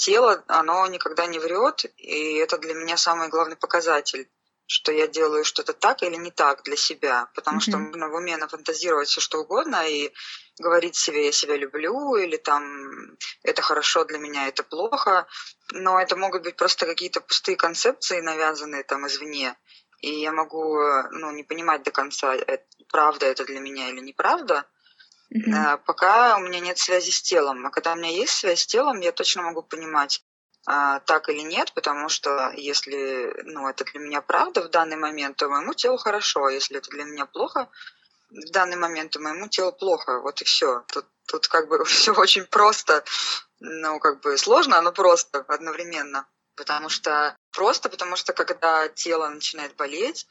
тело, оно никогда не врет, и это для меня самый главный показатель, что я делаю что-то так или не так для себя, потому что можно в уме нафантазировать все что угодно и говорить себе «я себя люблю» или там «это хорошо для меня, это плохо», но это могут быть просто какие-то пустые концепции, навязанные там извне, и я могу не понимать до конца, правда это для меня или неправда, пока у меня нет связи с телом. А когда у меня есть связь с телом, я точно могу понимать, так или нет, потому что если это для меня правда в данный момент, то моему телу хорошо, а если это для меня плохо в данный момент, то моему телу плохо. Вот и все. Тут как бы все очень просто, сложно, но просто одновременно. Потому что когда тело начинает болеть,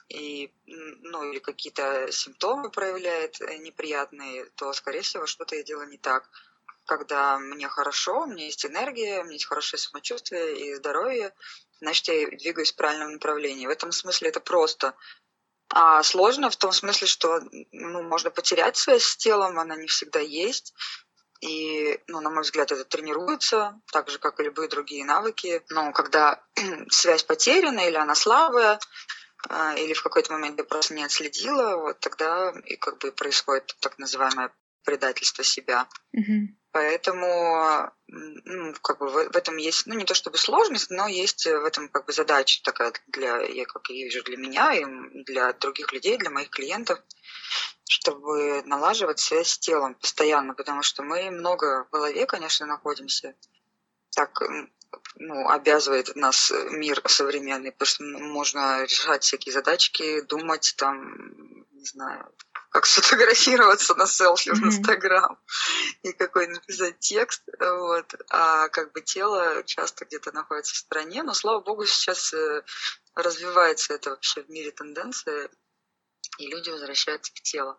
или какие-то симптомы проявляет неприятные, то, скорее всего, что-то я делаю не так. Когда мне хорошо, у меня есть энергия, у меня есть хорошее самочувствие и здоровье, значит, я двигаюсь в правильном направлении. В этом смысле это просто. А сложно в том смысле, что можно потерять связь с телом, она не всегда есть. И, на мой взгляд, это тренируется, так же, как и любые другие навыки. Но когда связь потеряна или она слабая, или в какой-то момент я просто не отследила, вот тогда и происходит так называемое предательство себя. Поэтому в этом есть, не то чтобы сложность, но есть в этом задача такая я вижу, для меня и для других людей, для моих клиентов, чтобы налаживать связь с телом постоянно, потому что мы много в голове, конечно, находимся. Так, обязывает нас мир современный, потому что можно решать всякие задачки, думать не знаю, как сфотографироваться на селфи в Инстаграм и какой написать текст, вот. А тело часто где-то находится в стороне, но, слава богу, сейчас развивается это вообще в мире тенденция, и люди возвращаются к телу.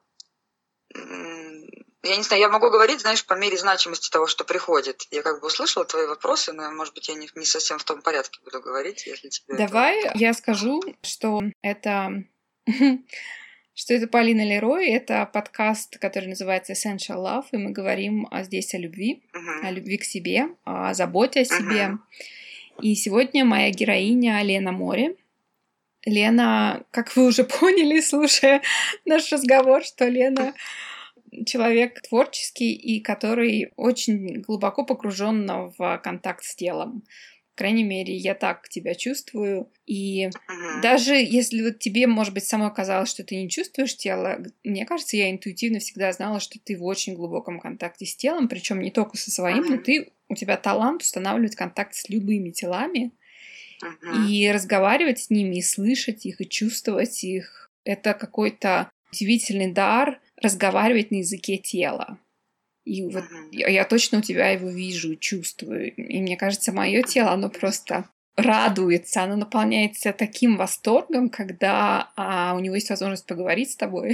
Я не знаю, я могу говорить, по мере значимости того, что приходит. Я услышала твои вопросы, но, может быть, я не совсем в том порядке буду говорить, если тебе... Давай я скажу, что это Полина Лерой, это подкаст, который называется Essential Love, и мы говорим здесь о любви к себе, о заботе о себе. И сегодня моя героиня Лена Море. Лена, как вы уже поняли, слушая наш разговор, что Лена человек творческий и который очень глубоко погружен в контакт с телом. По крайней мере, я так тебя чувствую. И даже если тебе, может быть, самой казалось, что ты не чувствуешь тело, мне кажется, я интуитивно всегда знала, что ты в очень глубоком контакте с телом, причем не только со своим, но у тебя талант устанавливать контакт с любыми телами и разговаривать с ними, и слышать их, и чувствовать их. Это какой-то удивительный дар разговаривать на языке тела. И вот я точно у тебя его вижу, чувствую. И мне кажется, мое тело, оно просто радуется, оно наполняется таким восторгом, когда у него есть возможность поговорить с тобой.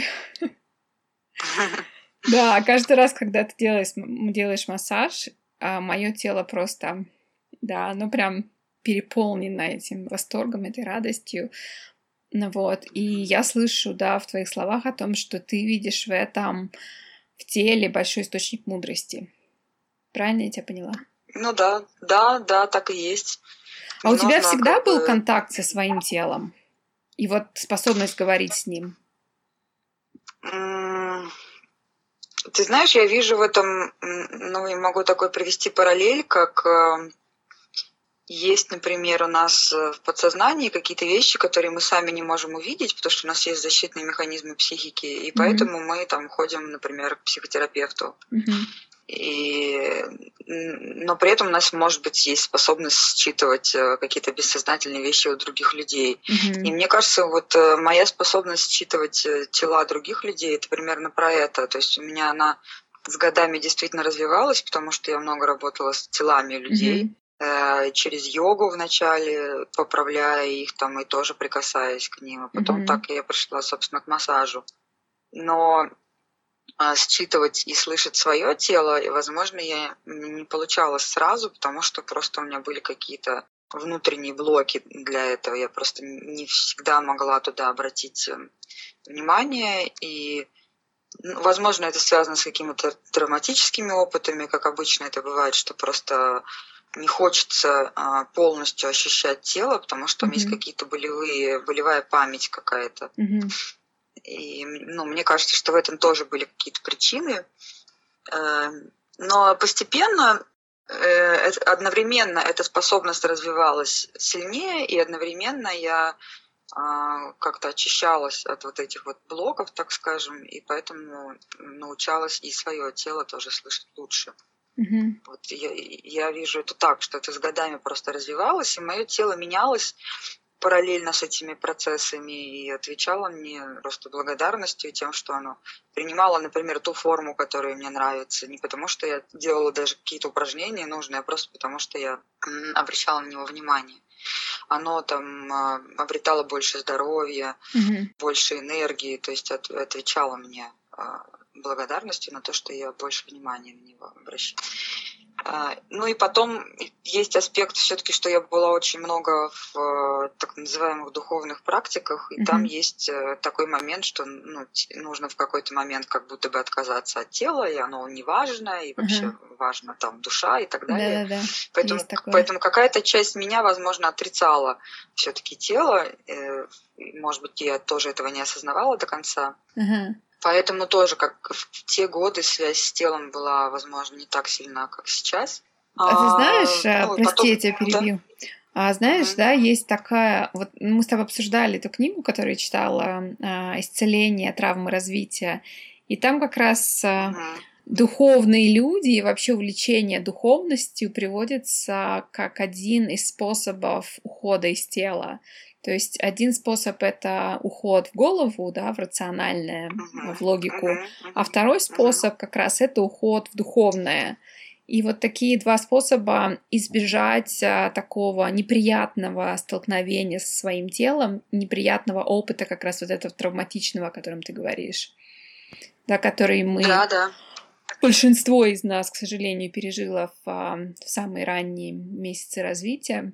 Да, каждый раз, когда ты делаешь массаж, мое тело просто, да, оно прям переполнено этим восторгом, этой радостью. Вот. И я слышу, да, в твоих словах о том, что ты видишь в теле большой источник мудрости. Правильно я тебя поняла? Да, так и есть. А у тебя всегда был контакт со своим телом? И вот способность говорить с ним? Ты знаешь, я вижу в этом, я могу такой привести параллель, как есть, например, у нас в подсознании какие-то вещи, которые мы сами не можем увидеть, потому что у нас есть защитные механизмы психики, и поэтому мы ходим, например, к психотерапевту. Но при этом у нас, может быть, есть способность считывать какие-то бессознательные вещи у других людей. И мне кажется, моя способность считывать тела других людей, это примерно про это. То есть у меня она с годами действительно развивалась, потому что я много работала с телами людей. Через йогу вначале, поправляя их и тоже прикасаясь к ним. А потом так я пришла, собственно, к массажу. Но считывать и слышать свое тело, и, возможно, я не получалось сразу, потому что просто у меня были какие-то внутренние блоки для этого. Я просто не всегда могла туда обратить внимание. И, возможно, это связано с какими-то травматическими опытами, как обычно это бывает, что просто не хочется полностью ощущать тело, потому что там есть какие-то болевая память какая-то. И мне кажется, что в этом тоже были какие-то причины. Но постепенно одновременно эта способность развивалась сильнее, и одновременно я как-то очищалась от вот этих вот блоков, так скажем, и поэтому научалась и свое тело тоже слышать лучше. Вот я вижу это так, что это с годами просто развивалось, и мое тело менялось параллельно с этими процессами и отвечало мне просто благодарностью тем, что оно принимало, например, ту форму, которая мне нравится, не потому что я делала даже какие-то упражнения нужные, а просто потому что я обращала на него внимание. Оно там обретало больше здоровья, больше энергии, то есть отвечало мне благодарностью на то, что я больше внимания на него обращаю. Ну и потом есть аспект все-таки, что я была очень много в так называемых духовных практиках, и там есть такой момент, что нужно в какой-то момент как будто бы отказаться от тела, и оно не важно, и вообще важна там душа и так далее. Поэтому какая-то часть меня, возможно, отрицала все-таки тело, может быть, я тоже этого не осознавала до конца. Поэтому тоже, как в те годы, связь с телом была, возможно, не так сильна, как сейчас. А ты знаешь, прости, я тебя перебью. Да? Знаешь, да, есть такая... Вот мы с тобой обсуждали эту книгу, которую я читала, «Исцеление травмы развития». И там как раз духовные люди и вообще увлечение духовностью приводится как один из способов ухода из тела. То есть один способ — это уход в голову, да, в рациональное, в логику, а второй способ как раз это уход в духовное. И вот такие два способа избежать такого неприятного столкновения со своим телом, неприятного опыта как раз вот этого травматичного, о котором ты говоришь, да, который мы... Да. Большинство из нас, к сожалению, пережило в самые ранние месяцы развития.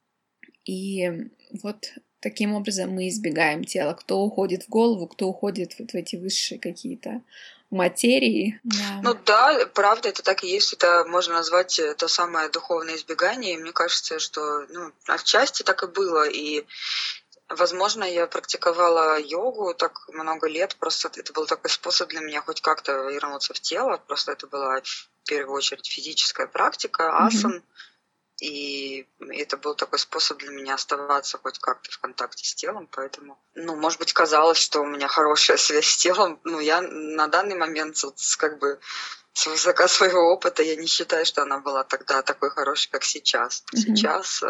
И вот таким образом мы избегаем тела. Кто уходит в голову, кто уходит вот в эти высшие какие-то материи. Да. Ну да, правда, это так и есть. Это можно назвать то самое духовное избегание. И мне кажется, что отчасти так и было. И, возможно, я практиковала йогу так много лет. Просто это был такой способ для меня хоть как-то вернуться в тело. Просто это была в первую очередь физическая практика, асан. И это был такой способ для меня оставаться хоть как-то в контакте с телом, поэтому, может быть, казалось, что у меня хорошая связь с телом. Я на данный момент как бы с высока своего опыта я не считаю, что она была тогда такой хорошей, как сейчас. Сейчас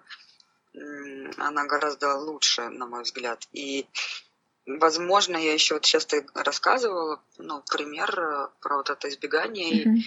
она гораздо лучше, на мой взгляд. И, возможно, я еще вот сейчас ты рассказывала, пример про вот это избегание.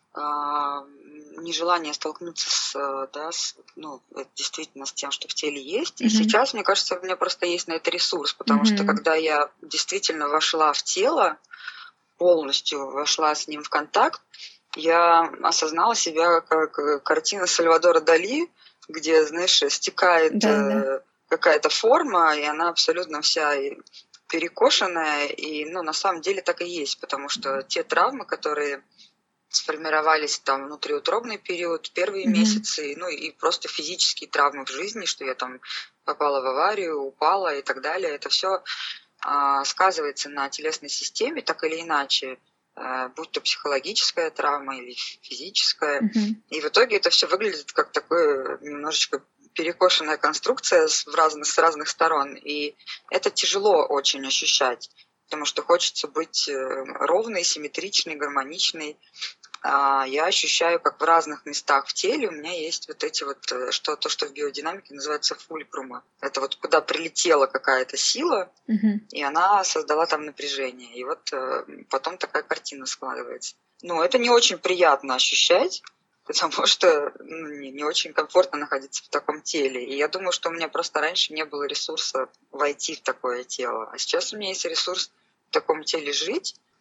Нежелание столкнуться с действительно с тем, что в теле есть. И сейчас, мне кажется, у меня просто есть на это ресурс, потому что когда я действительно вошла в тело, полностью вошла с ним в контакт, я осознала себя как картина Сальвадора Дали, где, знаешь, стекает какая-то форма, и она абсолютно вся перекошенная. И, на самом деле так и есть, потому что те травмы, которые сформировались там внутриутробный период, первые месяцы, и просто физические травмы в жизни, что я там попала в аварию, упала и так далее. Это все сказывается на телесной системе так или иначе, будь то психологическая травма или физическая. И в итоге это все выглядит как такое немножечко перекошенная конструкция с разных сторон. И это тяжело очень ощущать, потому что хочется быть ровной, симметричной, гармоничной. Я ощущаю, как в разных местах в теле у меня есть вот эти вот, то, что в биодинамике называется фулькрумы. Это вот куда прилетела какая-то сила, и она создала там напряжение. И вот потом такая картина складывается. Это не очень приятно ощущать, потому что не очень комфортно находиться в таком теле. И я думаю, что у меня просто раньше не было ресурса войти в такое тело. А сейчас у меня есть ресурс в таком теле жить,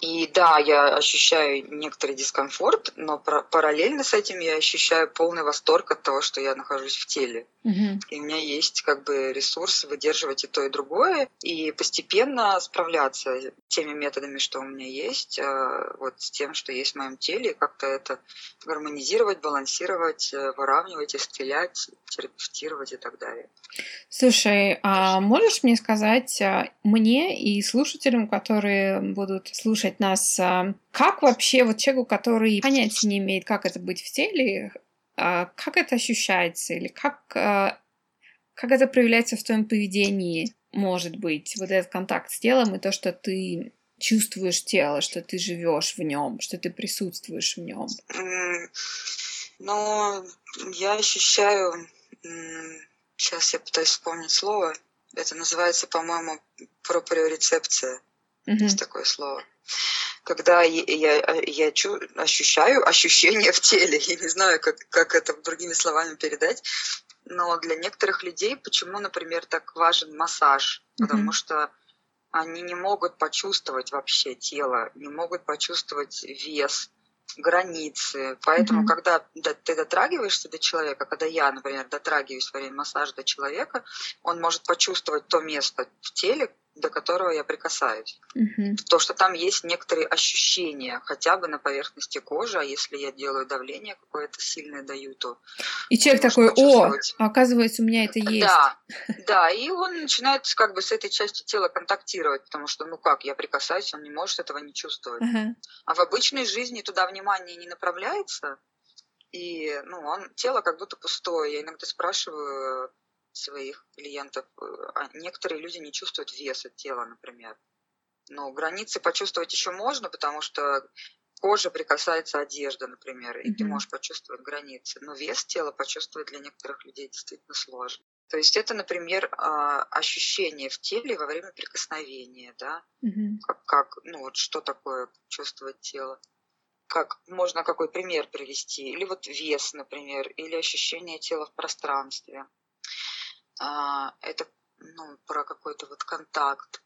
И да, я ощущаю некоторый дискомфорт, но параллельно с этим я ощущаю полный восторг от того, что я нахожусь в теле. И у меня есть как бы ресурс выдерживать и то, и другое, и постепенно справляться теми методами, что у меня есть, вот с тем, что есть в моем теле, и как-то это гармонизировать, балансировать, выравнивать, исцелять, терапевтировать и так далее. Слушай, а можешь мне сказать, мне и слушателям, которые будут слушать нас, как вообще вот человеку, который понятия не имеет, как это быть в теле, как это ощущается, или как это проявляется в твоем поведении, может быть, вот этот контакт с телом и то, что ты чувствуешь тело, что ты живешь в нем, что ты присутствуешь в нем? Ну, я ощущаю... Сейчас я пытаюсь вспомнить слово. Это называется, по-моему, проприорецепция. Есть такое слово. Когда я ощущаю ощущение в теле. Я не знаю, как это другими словами передать. Но для некоторых людей почему, например, так важен массаж? Потому что они не могут почувствовать вообще тело, не могут почувствовать вес, границы. Поэтому, когда ты дотрагиваешься до человека, когда я, например, дотрагиваюсь во время массажа до человека, он может почувствовать то место в теле, до которого я прикасаюсь. То, что там есть некоторые ощущения, хотя бы на поверхности кожи, а если я делаю давление какое-то сильное даю, то... И человек такой, оказывается, у меня это есть. Да, и он начинает как бы с этой частью тела контактировать, потому что, я прикасаюсь, он не может этого не чувствовать. А в обычной жизни туда внимание не направляется, и, тело как будто пустое. Я иногда спрашиваю своих клиентов, некоторые люди не чувствуют веса тела, например. Но границы почувствовать еще можно, потому что кожа прикасается одежда, например, и ты можешь почувствовать границы. Но вес тела почувствовать для некоторых людей действительно сложно. То есть это, например, ощущение в теле во время прикосновения, да? Что такое чувствовать тело? Можно какой пример привести? Или вот вес, например, или ощущение тела в пространстве. Это, про какой-то вот контакт.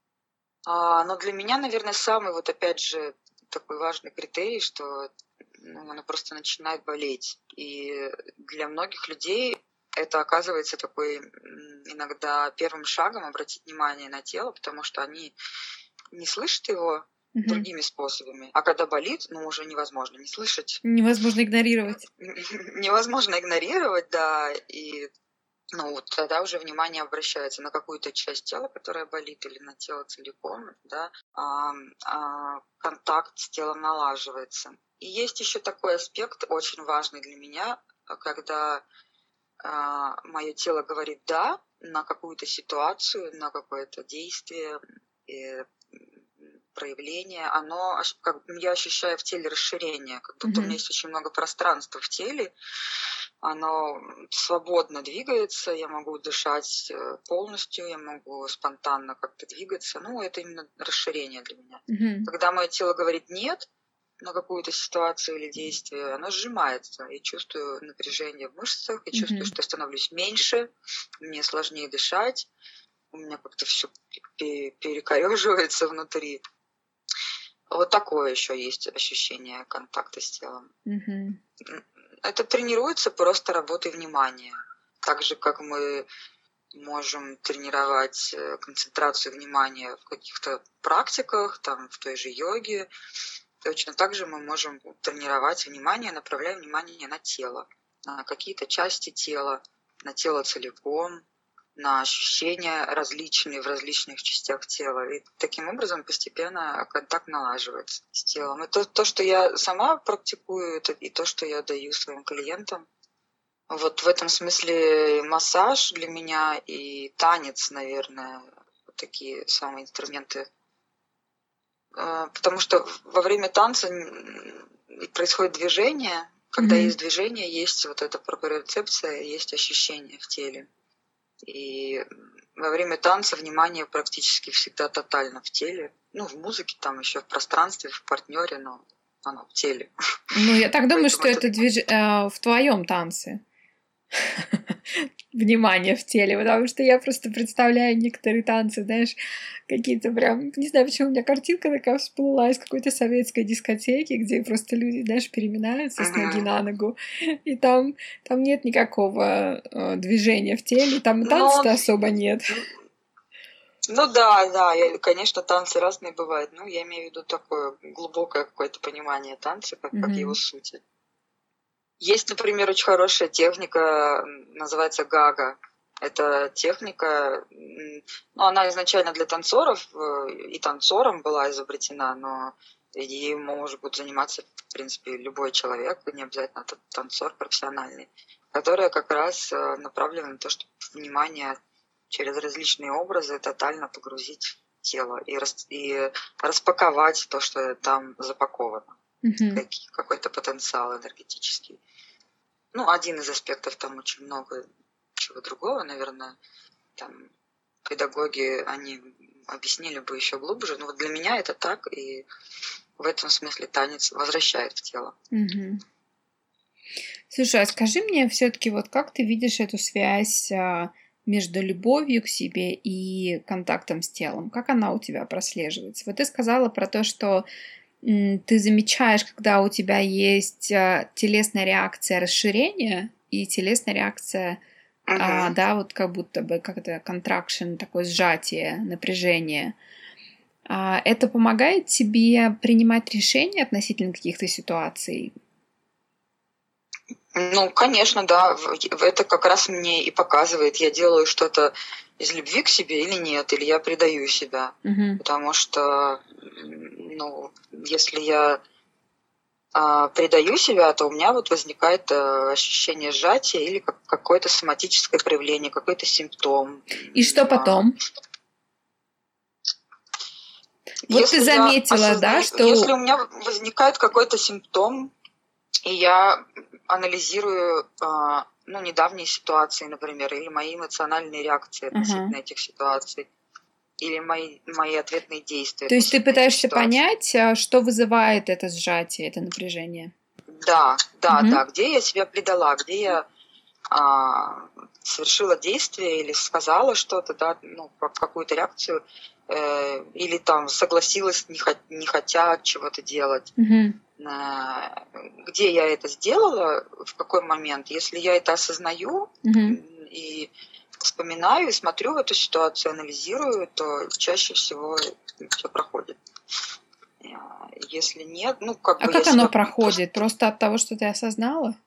Но для меня, наверное, самый вот опять же такой важный критерий, что оно просто начинает болеть. И для многих людей это оказывается такой иногда первым шагом обратить внимание на тело, потому что они не слышат его другими способами. А когда болит, уже невозможно не слышать. Невозможно игнорировать. Невозможно игнорировать, да, и тогда уже внимание обращается на какую-то часть тела, которая болит, или на тело целиком, да, контакт с телом налаживается. И есть еще такой аспект, очень важный для меня, когда мое тело говорит «да» на какую-то ситуацию, на какое-то действие, проявление, я ощущаю в теле расширение, как будто у меня есть очень много пространства в теле, оно свободно двигается, я могу дышать полностью, я могу спонтанно как-то двигаться. Это именно расширение для меня. Когда мое тело говорит «нет» на какую-то ситуацию или действие, оно сжимается. Я чувствую напряжение в мышцах, я чувствую, что я становлюсь меньше, мне сложнее дышать, у меня как-то все перекореживается внутри. Вот такое еще есть ощущение контакта с телом. Это тренируется просто работой внимания. Так же, как мы можем тренировать концентрацию внимания в каких-то практиках, в той же йоге, точно так же мы можем тренировать внимание, направляя внимание на тело, на какие-то части тела, на тело целиком, на ощущения различные в различных частях тела. И таким образом постепенно контакт налаживается с телом. И то, что я сама практикую, это и то, что я даю своим клиентам. Вот в этом смысле массаж для меня и танец, наверное, вот такие самые инструменты. Потому что во время танца происходит движение. Когда есть движение, есть вот эта проприорецепция, есть ощущение в теле. И во время танца внимание практически всегда тотально в теле. В музыке, еще в пространстве, в партнере, но оно в теле. Я так думаю, что это в твоем танце. внимание в теле, потому что я просто представляю некоторые танцы, знаешь, какие-то прям, не знаю, почему у меня картинка такая всплыла из какой-то советской дискотеки, где просто люди, знаешь, переминаются с ноги на ногу, и там нет никакого движения в теле, там и танца-то особо нет. Ну да, конечно, танцы разные бывают, но я имею в виду такое глубокое какое-то понимание танца, как его сути. Есть, например, очень хорошая техника, называется гага. Это техника, ну, она изначально для танцоров и танцором была изобретена, но ей может быть заниматься, в принципе, любой человек, не обязательно танцор профессиональный, которая как раз направлена на то, чтобы внимание через различные образы тотально погрузить в тело и распаковать то, что там запаковано. Какой-то потенциал энергетический. Ну, один из аспектов, там очень много чего другого, наверное, там педагоги, они объяснили бы еще глубже, но вот для меня это так, и в этом смысле танец возвращает в тело. Слушай, а скажи мне все-таки, вот как ты видишь эту связь между любовью к себе и контактом с телом? Как она у тебя прослеживается? Вот ты сказала про то, что ты замечаешь, когда у тебя есть телесная реакция расширения и телесная реакция, да, вот как будто бы как-то contraction, такое сжатие, напряжение. Это помогает тебе принимать решения относительно каких-то ситуаций? Ну, конечно, да. Это как раз мне и показывает, я делаю что-то из любви к себе или нет, или я предаю себя. Потому что, ну, если я предаю себя, то у меня вот возникает ощущение сжатия или какое-то соматическое проявление, какой-то симптом. И что потом? Вот если ты заметила, да, что... Если у меня возникает какой-то симптом, и я анализирую недавние ситуации, например, или мои эмоциональные реакции относительно этих ситуаций, или мои ответные действия. То есть ты пытаешься понять, что вызывает это сжатие, это напряжение? Да, где я себя предала, где я совершила действие или сказала что-то, да, ну, какую-то реакцию, или там согласилась, не хотя чего-то делать. Где я это сделала, в какой момент, если я это осознаю и вспоминаю, и смотрю в эту ситуацию, анализирую, то чаще всего все проходит. Если нет, ну как бы... А как оно проходит? Просто от того, что ты осознала?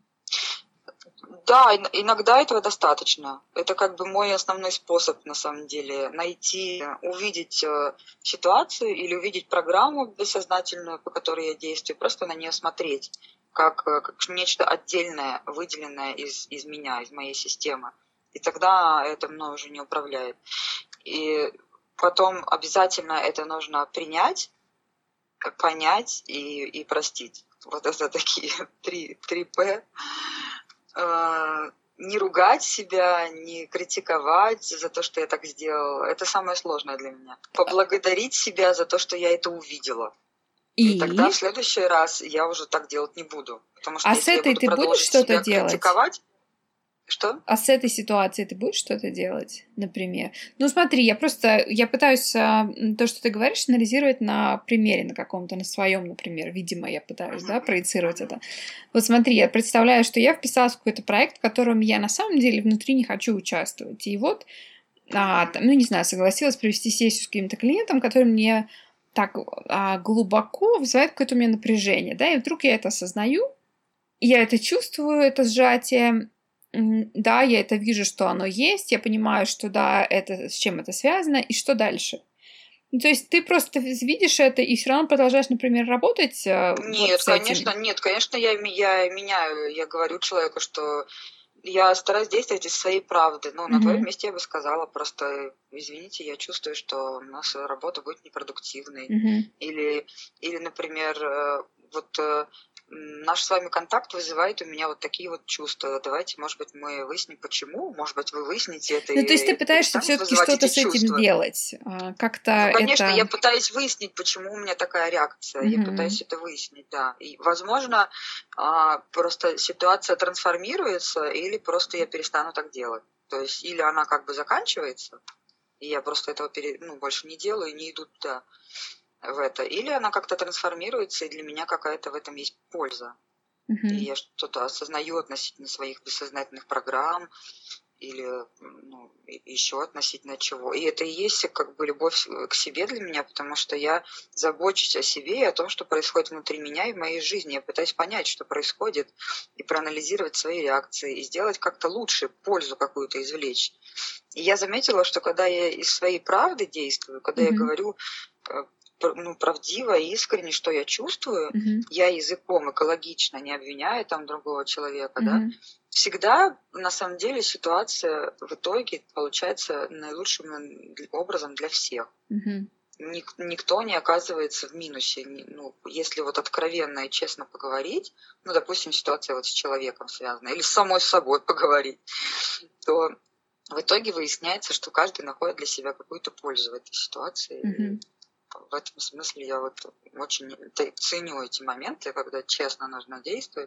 Да, иногда этого достаточно. Это как бы мой основной способ, на самом деле, увидеть ситуацию или увидеть программу бессознательную, по которой я действую, просто на нее смотреть, как нечто отдельное, выделенное из меня, из моей системы. И тогда это мной уже не управляет. И потом обязательно это нужно принять, понять и простить. Вот это такие три П. Не ругать себя, не критиковать за то, что я так сделала. Это самое сложное для меня. Поблагодарить себя за то, что я это увидела. И тогда в следующий раз я уже так делать не буду. Потому что с этой ты будешь что-то делать? Критиковать, что? А с этой ситуацией ты будешь что-то делать, например? Ну, смотри, я пытаюсь то, что ты говоришь, анализировать на примере на каком-то, на своем, например. Видимо, я пытаюсь, да, проецировать это. Вот смотри, я представляю, что я вписалась в какой-то проект, в котором я на самом деле внутри не хочу участвовать. И вот, не знаю, согласилась провести сессию с каким-то клиентом, который мне так глубоко вызывает какое-то у меня напряжение, да, и вдруг я это осознаю, я это чувствую, это сжатие. Да, я это вижу, что оно есть, я понимаю, что да, это с чем это связано, и что дальше. Ну, то есть ты просто видишь это и все равно продолжаешь, например, работать. Нет, конечно, я меняю, я говорю человеку, что я стараюсь действовать из своей правды. Ну, на твоем месте я бы сказала просто, извините, я чувствую, что наша работа будет непродуктивной. Или, например, вот наш с вами контакт вызывает у меня вот такие вот чувства. Давайте, может быть, мы выясним, почему. Может быть, вы выясните это, Ну, то есть ты и пытаешься перестанет все-таки вызывать что-то эти с этим чувства. сделать. Как-то Ну, конечно, это... я пытаюсь выяснить, почему у меня такая реакция. Я пытаюсь это выяснить, да. И, возможно, просто ситуация трансформируется, или просто я перестану так делать. То есть, или она как бы заканчивается, и я просто этого больше не делаю, и не иду туда, в это. Или она как-то трансформируется, и для меня какая-то в этом есть польза. И я что-то осознаю относительно своих бессознательных программ, или еще относительно чего. И это и есть как бы любовь к себе для меня, потому что я забочусь о себе и о том, что происходит внутри меня и в моей жизни. Я пытаюсь понять, что происходит, и проанализировать свои реакции, и сделать как-то лучше, пользу какую-то извлечь. И я заметила, что когда я из своей правды действую, когда я говорю правдиво и искренне, что я чувствую, я языком экологично, не обвиняя там другого человека, да, всегда на самом деле ситуация в итоге получается наилучшим образом для всех. Никто не оказывается в минусе. Если вот откровенно и честно поговорить, допустим, ситуация вот с человеком связана, или с самой собой поговорить, то в итоге выясняется, что каждый находит для себя какую-то пользу в этой ситуации. В этом смысле я вот очень ценю эти моменты, когда честно нужно действовать.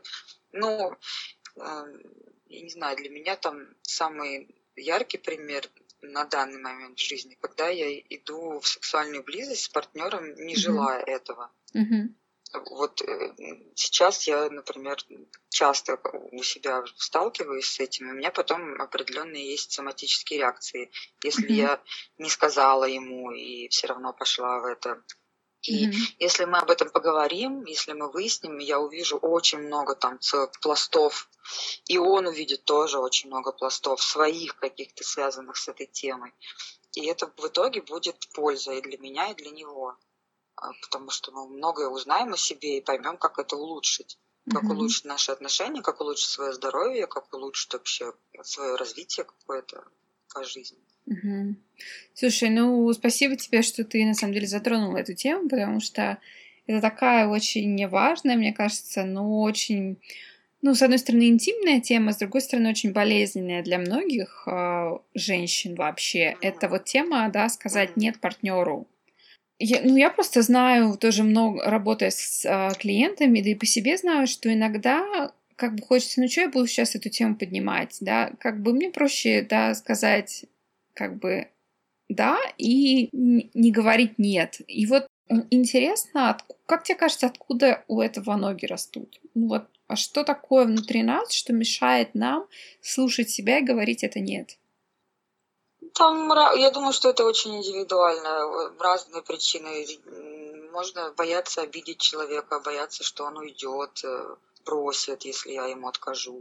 Я не знаю, для меня там самый яркий пример на данный момент в жизни, когда я иду в сексуальную близость с партнером, не желая этого. Вот сейчас я, например, часто у себя сталкиваюсь с этим, и у меня потом определенные есть соматические реакции. Если я не сказала ему и все равно пошла в это. И если мы об этом поговорим, если мы выясним, я увижу очень много там целых пластов, и он увидит тоже очень много пластов своих каких-то связанных с этой темой. И это в итоге будет польза и для меня, и для него. Потому что мы многое узнаем о себе и поймем, как это улучшить. Как улучшить наши отношения, как улучшить свое здоровье, как улучшить вообще свое развитие какое-то по жизни. Слушай, спасибо тебе, что ты на самом деле затронула эту тему, потому что это такая очень важная, мне кажется, но очень, с одной стороны, интимная тема, с другой стороны, очень болезненная для многих женщин вообще. Это вот тема, да, сказать нет партнеру. Я просто знаю, тоже много работая с клиентами, да и по себе знаю, что иногда как бы хочется, что я буду сейчас эту тему поднимать, да, как бы мне проще, да, сказать, как бы, да, и не говорить нет. И вот интересно, как тебе кажется, откуда у этого ноги растут? А что такое внутри нас, что мешает нам слушать себя и говорить это нет? Я думаю, что это очень индивидуально, разные причины. Можно бояться обидеть человека, бояться, что он уйдет, бросит, если я ему откажу.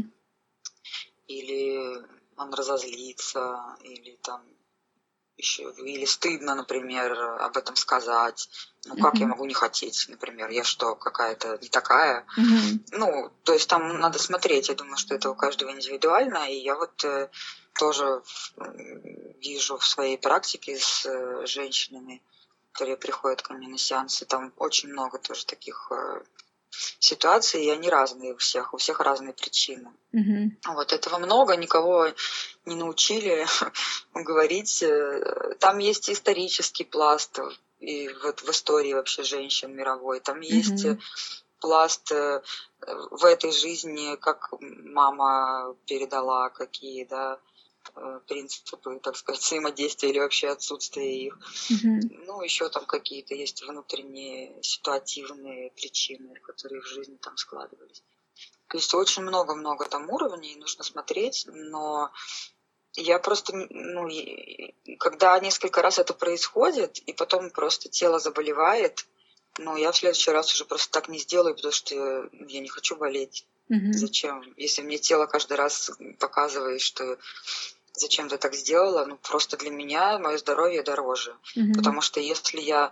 Или он разозлится, или там еще, или стыдно, например, об этом сказать. Как я могу не хотеть, например, я что, какая-то не такая? То есть там надо смотреть, я думаю, что это у каждого индивидуально, и я вот тоже вижу в своей практике с женщинами, которые приходят ко мне на сеансы, там очень много тоже таких ситуаций, и они разные у всех разные причины. Вот этого много, никого не научили говорить. Там есть исторический пласт, и вот в истории вообще женщин мировой, там есть пласт в этой жизни, как мама передала, какие, да, принципы, так сказать, взаимодействия или вообще отсутствие их. Еще там какие-то есть внутренние ситуативные причины, которые в жизни там складывались. То есть очень много-много там уровней, нужно смотреть, но я просто, когда несколько раз это происходит, и потом просто тело заболевает, я в следующий раз уже просто так не сделаю, потому что я не хочу болеть. Зачем? Если мне тело каждый раз показывает, что зачем ты так сделала, просто для меня мое здоровье дороже. Потому что если я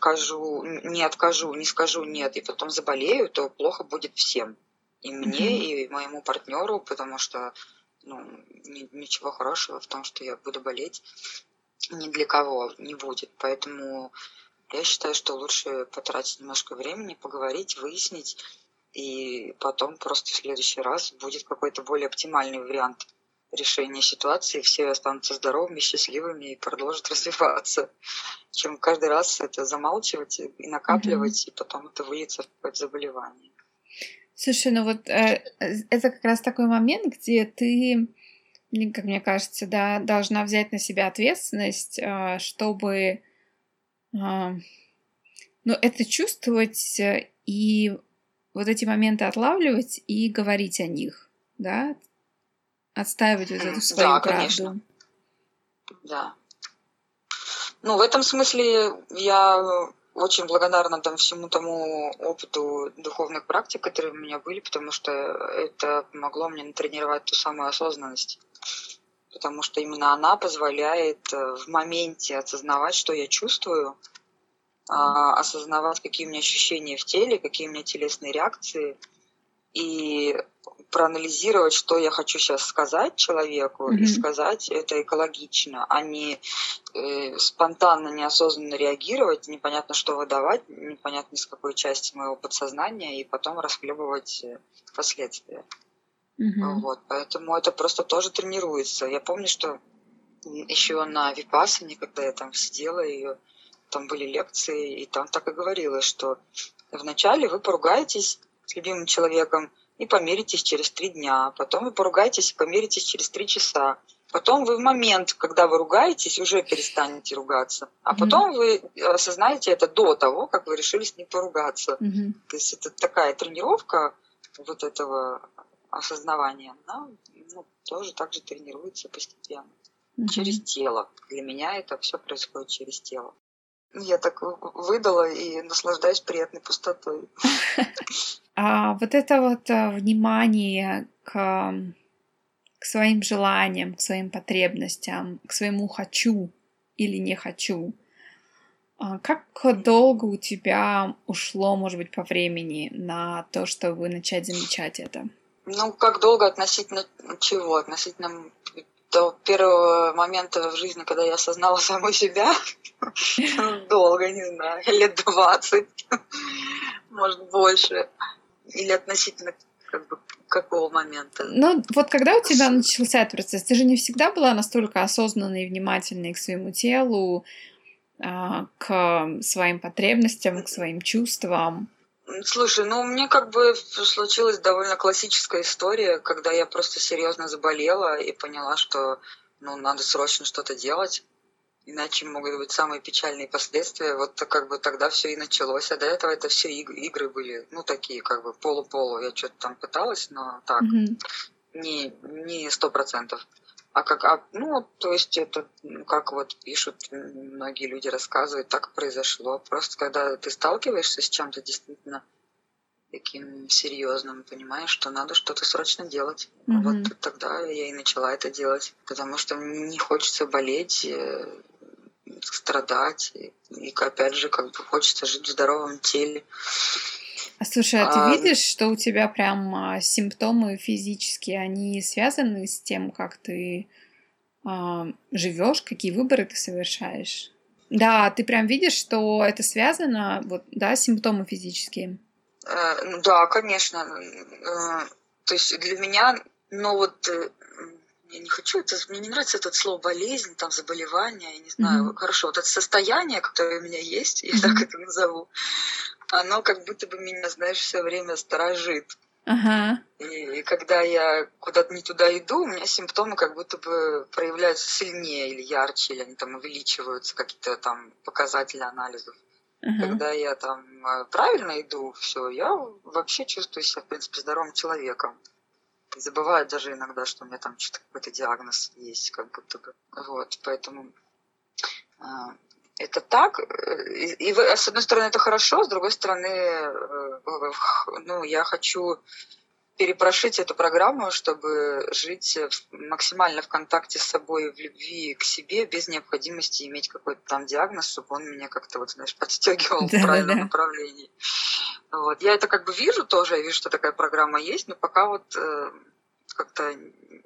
не скажу нет, и потом заболею, то плохо будет всем. И мне, и моему партнеру, потому что ничего хорошего в том, что я буду болеть, ни для кого не будет. Поэтому я считаю, что лучше потратить немножко времени, поговорить, выяснить, и потом просто в следующий раз будет какой-то более оптимальный вариант решения ситуации, все останутся здоровыми, счастливыми и продолжат развиваться, чем каждый раз это замалчивать и накапливать, и потом это выльется в какое-то заболевание. Слушай, ну вот это как раз такой момент, где ты, как мне кажется, да, должна взять на себя ответственность, чтобы это чувствовать и вот эти моменты отлавливать и говорить о них, да, отстаивать вот эту свою правду. Конечно. Да. В этом смысле я очень благодарна всему тому опыту духовных практик, которые у меня были, потому что это помогло мне натренировать ту самую осознанность. Потому что именно она позволяет в моменте осознавать, что я чувствую, осознавать, какие у меня ощущения в теле, какие у меня телесные реакции, и проанализировать, что я хочу сейчас сказать человеку, и сказать это экологично, а не спонтанно, неосознанно реагировать, непонятно что выдавать, непонятно из какой части моего подсознания, и потом расхлебывать последствия. Поэтому это просто тоже тренируется. Я помню, что еще на Випассане, когда я там сидела, и там были лекции, и там так и говорилось, что вначале вы поругаетесь с любимым человеком и помиритесь через 3 дня. Потом вы поругаетесь и помиритесь через 3 часа. Потом вы в момент, когда вы ругаетесь, уже перестанете ругаться. А потом вы осознаете это до того, как вы решили с ним поругаться. То есть это такая тренировка вот этого осознавания. Она тоже так же тренируется постепенно. Через тело. Для меня это все происходит через тело. Я так выдала и наслаждаюсь приятной пустотой. Вот это вот внимание к своим желаниям, к своим потребностям, к своему «хочу» или «не хочу». Как долго у тебя ушло, может быть, по времени на то, чтобы начать замечать это? Как долго относительно чего? Относительно до первого момента в жизни, когда я осознала саму себя? Долго, не знаю, лет 20, может, больше. Или относительно какого момента? Вот когда у тебя начался этот процесс, ты же не всегда была настолько осознанной и внимательной к своему телу, к своим потребностям, к своим чувствам. Слушай, мне случилась довольно классическая история, когда я просто серьезно заболела и поняла, что надо срочно что-то делать, иначе могут быть самые печальные последствия. Вот тогда все и началось. А до этого это все игры были, такие полу-полу. Я что-то там пыталась, но так, не 100%. То есть это, как пишут, многие люди рассказывают, так произошло. Просто когда ты сталкиваешься с чем-то действительно таким серьезным, понимаешь, что надо что-то срочно делать. Вот тогда я и начала это делать. Потому что не хочется болеть, страдать. И опять же, хочется жить в здоровом теле. Слушай, а ты видишь, что у тебя прям симптомы физические, они связаны с тем, как ты живешь, какие выборы ты совершаешь? Да, ты прям видишь, что это связано, симптомы физические? Да, конечно. То есть для меня, я не хочу мне не нравится это слово болезнь, заболевание, я не знаю. Хорошо, вот это состояние, которое у меня есть, я так это назову, оно как будто бы меня, знаешь, все время сторожит. И когда я куда-то не туда иду, у меня симптомы как будто бы проявляются сильнее или ярче, или они увеличиваются, какие-то показатели анализов. Когда я правильно иду, все, я вообще чувствую себя, в принципе, здоровым человеком. И забываю даже иногда, что у меня что-то какой-то диагноз есть, как будто бы. Поэтому это так. И с одной стороны, это хорошо, с другой стороны, я хочу перепрошить эту программу, чтобы жить максимально в контакте с собой, в любви к себе, без необходимости иметь какой-то диагноз, чтобы он меня как-то подстегивал в правильном направлении. Я это вижу тоже, я вижу, что такая программа есть, но пока как-то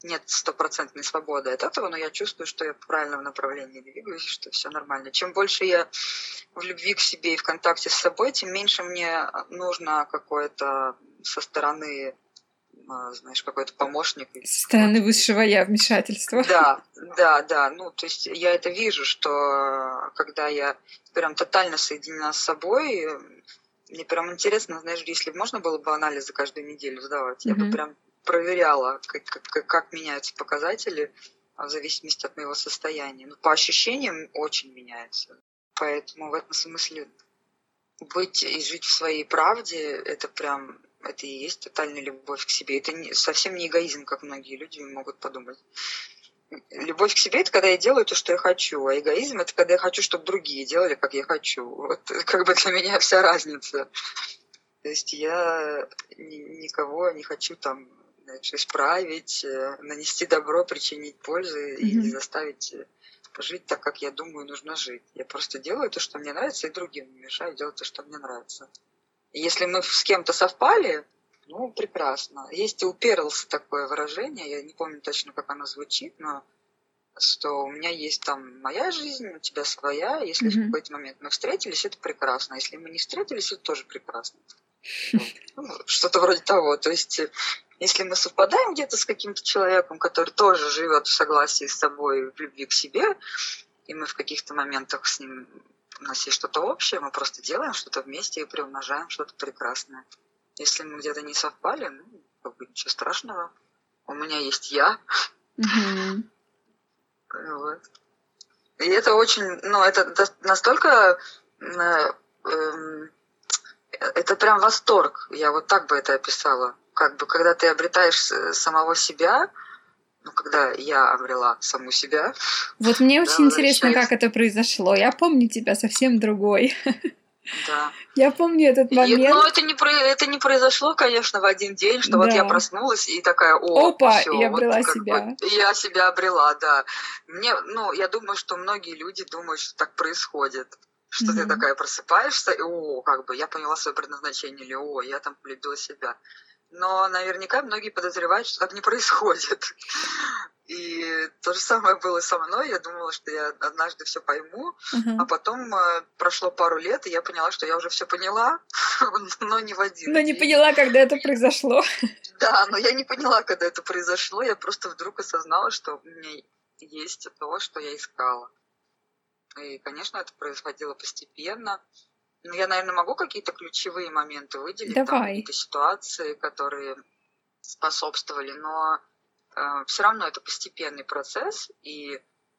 нет стопроцентной свободы от этого, но я чувствую, что я в правильном направлении двигаюсь, что все нормально. Чем больше я в любви к себе и в контакте с собой, тем меньше мне нужно какое-то со стороны, знаешь, какой-то помощник. Со стороны высшего я вмешательства. Да. Ну, то есть я это вижу, что когда я прям тотально соединена с собой, мне прям интересно, знаешь, если бы можно было бы анализы каждую неделю сдавать, я бы прям проверяла, как меняются показатели в зависимости от моего состояния. Ну, по ощущениям очень меняется. Поэтому в этом смысле быть и жить в своей правде, это прям, это и есть тотальная любовь к себе. Это совсем не эгоизм, как многие люди могут подумать. Любовь к себе — это когда я делаю то, что я хочу, а эгоизм — это когда я хочу, чтобы другие делали, как я хочу. Вот как бы для меня вся разница. То есть я никого не хочу там, знаешь, исправить, нанести добро, причинить пользу и заставить жить так, как я думаю, нужно жить. Я просто делаю то, что мне нравится, и другим не мешаю делать то, что мне нравится. И если мы с кем-то совпали, ну, прекрасно. Есть и у Перлс такое выражение, я не помню точно, как оно звучит, но что у меня есть там моя жизнь, у тебя своя. Если в какой-то момент мы встретились, это прекрасно. Если мы не встретились, это тоже прекрасно. Ну, что-то вроде того. То есть, если мы совпадаем где-то с каким-то человеком, который тоже живет в согласии с собой, в любви к себе, и мы в каких-то моментах с ним, у нас есть что-то общее, мы просто делаем что-то вместе и приумножаем что-то прекрасное. Если мы где-то не совпали, ну, как бы ничего страшного. У меня есть я. Вот. И это очень, ну, это настолько, это прям восторг. Я вот так бы это описала. Как бы, когда ты обретаешь самого себя, ну, когда я обрела саму себя. Вот мне очень интересно, как это произошло. Я помню тебя совсем другой. Да. Я помню этот момент. Но это не произошло, конечно, в один день, что вот я проснулась и такая, опа, всё, я обрела вот, себя. Я себя обрела, да. Я думаю, что многие люди думают, что так происходит. Что ты такая просыпаешься, и как бы я поняла свое предназначение, или я там полюбила себя. Но наверняка многие подозревают, что так не происходит. И то же самое было со мной. Я думала, что я однажды все пойму, а потом прошло пару лет, и я поняла, что я уже все поняла, но не в один день. Не поняла, когда это произошло. Да, но я не поняла, когда это произошло. Я просто вдруг осознала, что у меня есть то, что я искала. И, конечно, это происходило постепенно. Ну, я, наверное, могу какие-то ключевые моменты выделить, там какие-то ситуации, которые способствовали, но все равно это постепенный процесс, и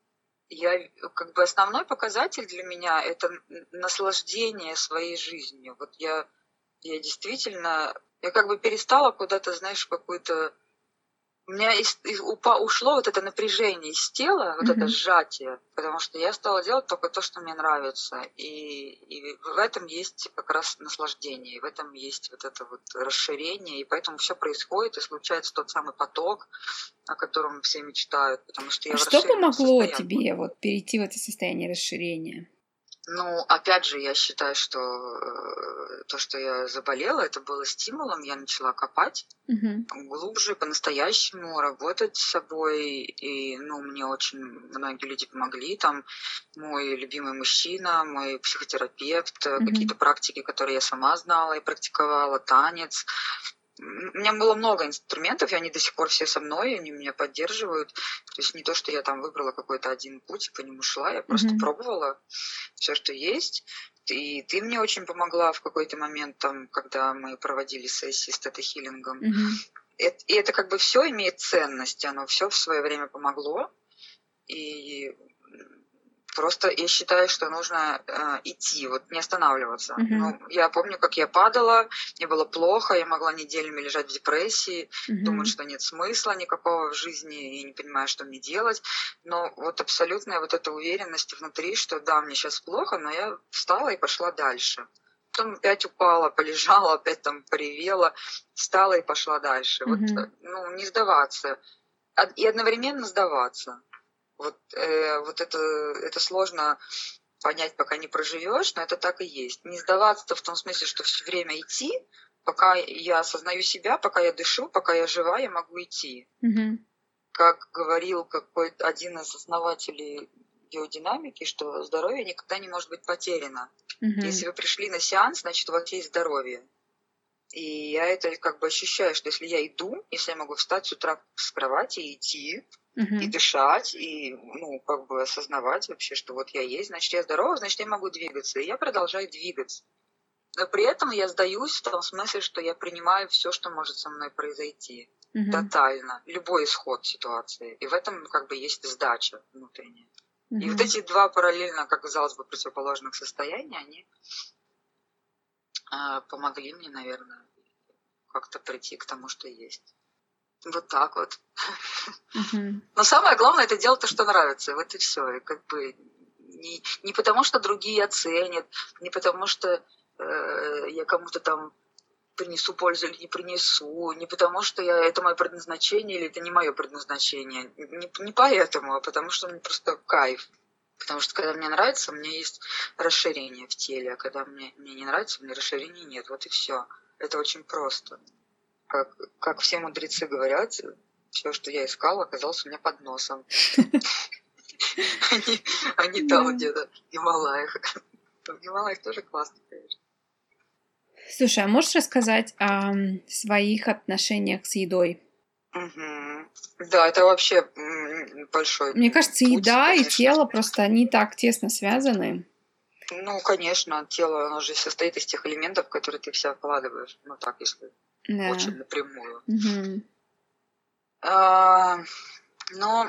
как бы основной показатель для меня — это наслаждение своей жизнью. Вот я действительно, я как бы перестала куда-то, знаешь, в какую-то... У меня ушло вот это напряжение из тела, вот это сжатие, потому что я стала делать только то, что мне нравится. И в этом есть как раз наслаждение, и в этом есть вот это вот расширение, и поэтому все происходит, и случается тот самый поток, о котором все мечтают, потому что я в расширенном состоянии. Что помогло состоянии. тебе вот перейти в это состояние расширения? Ну, опять же, я считаю, что то, что я заболела, это было стимулом. Я начала копать глубже, по-настоящему, работать с собой. И, мне очень многие люди помогли. Там мой любимый мужчина, мой психотерапевт, какие-то практики, которые я сама знала и практиковала, танец. У меня было много инструментов, и они до сих пор все со мной, они меня поддерживают. То есть не то, что я там выбрала какой-то один путь и по нему шла, я просто пробовала все, что есть. И ты мне очень помогла в какой-то момент, там, когда мы проводили сессии с тета-хиллингом. И это как бы все имеет ценность, оно все в свое время помогло. И просто я считаю, что нужно идти, вот не останавливаться. Я помню, как я падала, мне было плохо, я могла неделями лежать в депрессии, думать, что нет смысла никакого в жизни и не понимаю, что мне делать. Но вот абсолютная вот эта уверенность внутри, что да, мне сейчас плохо, но я встала и пошла дальше. Потом опять упала, полежала, опять там поревела, встала и пошла дальше. Вот, не сдаваться. И одновременно сдаваться. Вот это сложно понять, пока не проживешь, но это так и есть. Не сдаваться в том смысле, что все время идти, пока я осознаю себя, пока я дышу, пока я жива, я могу идти. как говорил какой-то один из основателей биодинамики, что здоровье никогда не может быть потеряно. Если вы пришли на сеанс, значит, у вас есть здоровье. И я это как бы ощущаю, что если я иду, если я могу встать с утра с кровати и идти, и дышать, и, ну, как бы осознавать вообще, что вот я есть, значит, я здорова, значит, я могу двигаться. И я продолжаю двигаться. Но при этом я сдаюсь в том смысле, что я принимаю все, что может со мной произойти. Тотально. Любой исход ситуации. И в этом как бы есть сдача внутренняя. И вот эти два параллельно, как казалось бы, противоположных состояния, они помогли мне, наверное, как-то прийти к тому, что есть. Вот так вот. Но самое главное — это делать то, что нравится. Вот и все. И как бы не потому, что другие оценят, не потому, что я кому-то там принесу пользу или не принесу, не потому, что это мое предназначение или это не мое предназначение. Не поэтому, а потому что мне просто кайф. Потому что когда мне нравится, у меня есть расширение в теле, а когда мне не нравится, у меня расширения нет. Вот и все. Это очень просто. Как все мудрецы говорят, все, что я искала, оказалось у меня под носом. Они там где-то в Гималаях. В Гималаях тоже классно, конечно. Слушай, а можешь рассказать о своих отношениях с едой? Да, это вообще большой Мне кажется, путь, еда конечно. И тело просто они так тесно связаны. Ну, конечно, тело, оно же состоит из тех элементов, которые ты в себя вкладываешь. Ну, так, если очень напрямую. Но